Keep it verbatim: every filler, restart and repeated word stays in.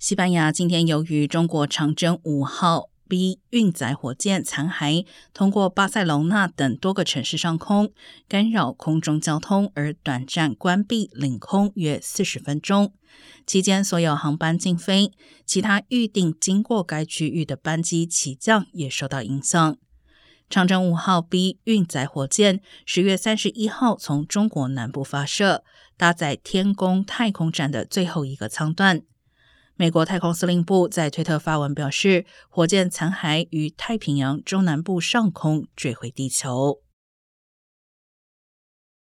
西班牙今天由于中国长征五号 B 运载火箭残骸通过巴塞隆纳等多个城市上空，干扰空中交通而短暂关闭领空约四十分钟。期间所有航班禁飞，其他预定经过该区域的班机起降也受到影响。长征五号 B 运载火箭十月三十一号从中国南部发射，搭载天宫太空站的最后一个舱段。美国太空司令部在推特发文表示，火箭残骸于太平洋中南部上空坠回地球。